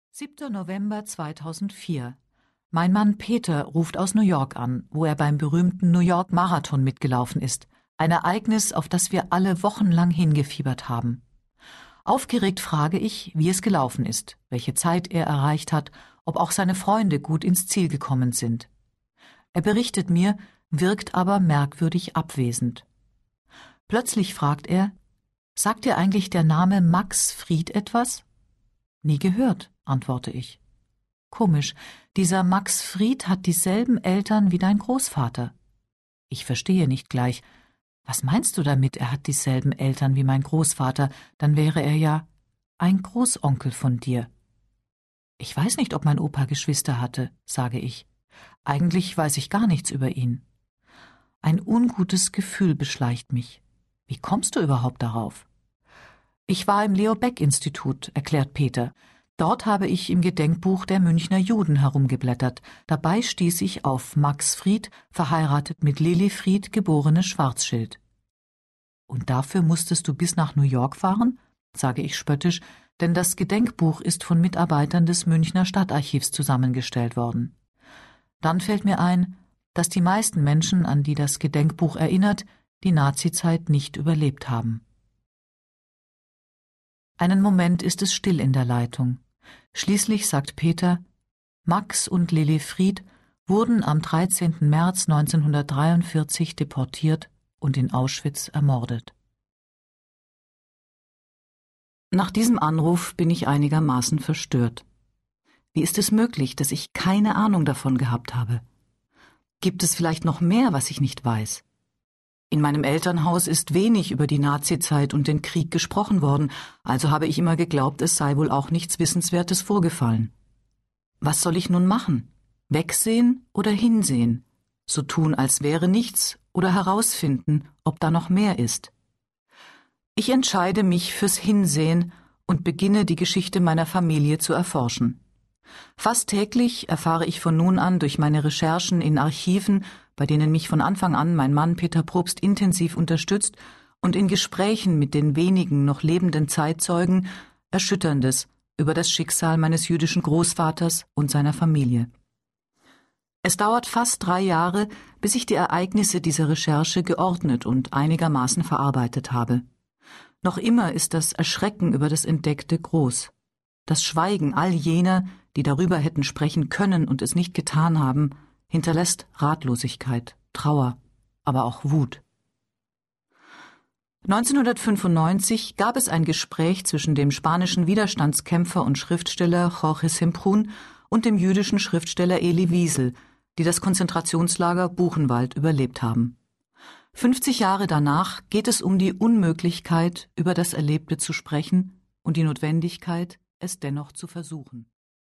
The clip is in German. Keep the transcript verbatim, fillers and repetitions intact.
siebter November zweitausendvier. Mein Mann Peter ruft aus New York an, wo er beim berühmten New York Marathon mitgelaufen ist. Ein Ereignis, auf das wir alle wochenlang hingefiebert haben. Aufgeregt frage ich, wie es gelaufen ist, welche Zeit er erreicht hat, ob auch seine Freunde gut ins Ziel gekommen sind. Er berichtet mir, wirkt aber merkwürdig abwesend. Plötzlich fragt er, sagt dir eigentlich der Name Max Fried etwas? Nie gehört, antworte ich. Komisch, dieser Max Fried hat dieselben Eltern wie dein Großvater. Ich verstehe nicht gleich. Was meinst du damit, er hat dieselben Eltern wie mein Großvater? Dann wäre er ja ein Großonkel von dir. Ich weiß nicht, ob mein Opa Geschwister hatte, sage ich. Eigentlich weiß ich gar nichts über ihn. Ein ungutes Gefühl beschleicht mich. Wie kommst du überhaupt darauf? Ich war im Leo-Baeck-Institut, erklärt Peter. Dort habe ich im Gedenkbuch der Münchner Juden herumgeblättert. Dabei stieß ich auf Max Fried, verheiratet mit Lilli Fried, geborene Schwarzschild. Und dafür musstest du bis nach New York fahren? Sage ich spöttisch, denn das Gedenkbuch ist von Mitarbeitern des Münchner Stadtarchivs zusammengestellt worden. Dann fällt mir ein, dass die meisten Menschen, an die das Gedenkbuch erinnert, die Nazizeit nicht überlebt haben. Einen Moment ist es still in der Leitung. Schließlich sagt Peter, Max und Lilli Fried wurden am dreizehnten März neunzehnhundertdreiundvierzig deportiert und in Auschwitz ermordet. Nach diesem Anruf bin ich einigermaßen verstört. Wie ist es möglich, dass ich keine Ahnung davon gehabt habe? Gibt es vielleicht noch mehr, was ich nicht weiß? In meinem Elternhaus ist wenig über die Nazizeit und den Krieg gesprochen worden, also habe ich immer geglaubt, es sei wohl auch nichts Wissenswertes vorgefallen. Was soll ich nun machen? Wegsehen oder hinsehen? So tun, als wäre nichts, oder herausfinden, ob da noch mehr ist? Ich entscheide mich fürs Hinsehen und beginne, die Geschichte meiner Familie zu erforschen. Fast täglich erfahre ich von nun an durch meine Recherchen in Archiven, bei denen mich von Anfang an mein Mann Peter Probst intensiv unterstützt, und in Gesprächen mit den wenigen noch lebenden Zeitzeugen, Erschütterndes über das Schicksal meines jüdischen Großvaters und seiner Familie. Es dauert fast drei Jahre, bis ich die Ereignisse dieser Recherche geordnet und einigermaßen verarbeitet habe. Noch immer ist das Erschrecken über das Entdeckte groß. Das Schweigen all jener, die darüber hätten sprechen können und es nicht getan haben, hinterlässt Ratlosigkeit, Trauer, aber auch Wut. neunzehnhundertfünfundneunzig gab es ein Gespräch zwischen dem spanischen Widerstandskämpfer und Schriftsteller Jorge Semprún und dem jüdischen Schriftsteller Elie Wiesel, die das Konzentrationslager Buchenwald überlebt haben. fünfzig Jahre danach geht es um die Unmöglichkeit, über das Erlebte zu sprechen und die Notwendigkeit, es dennoch zu versuchen.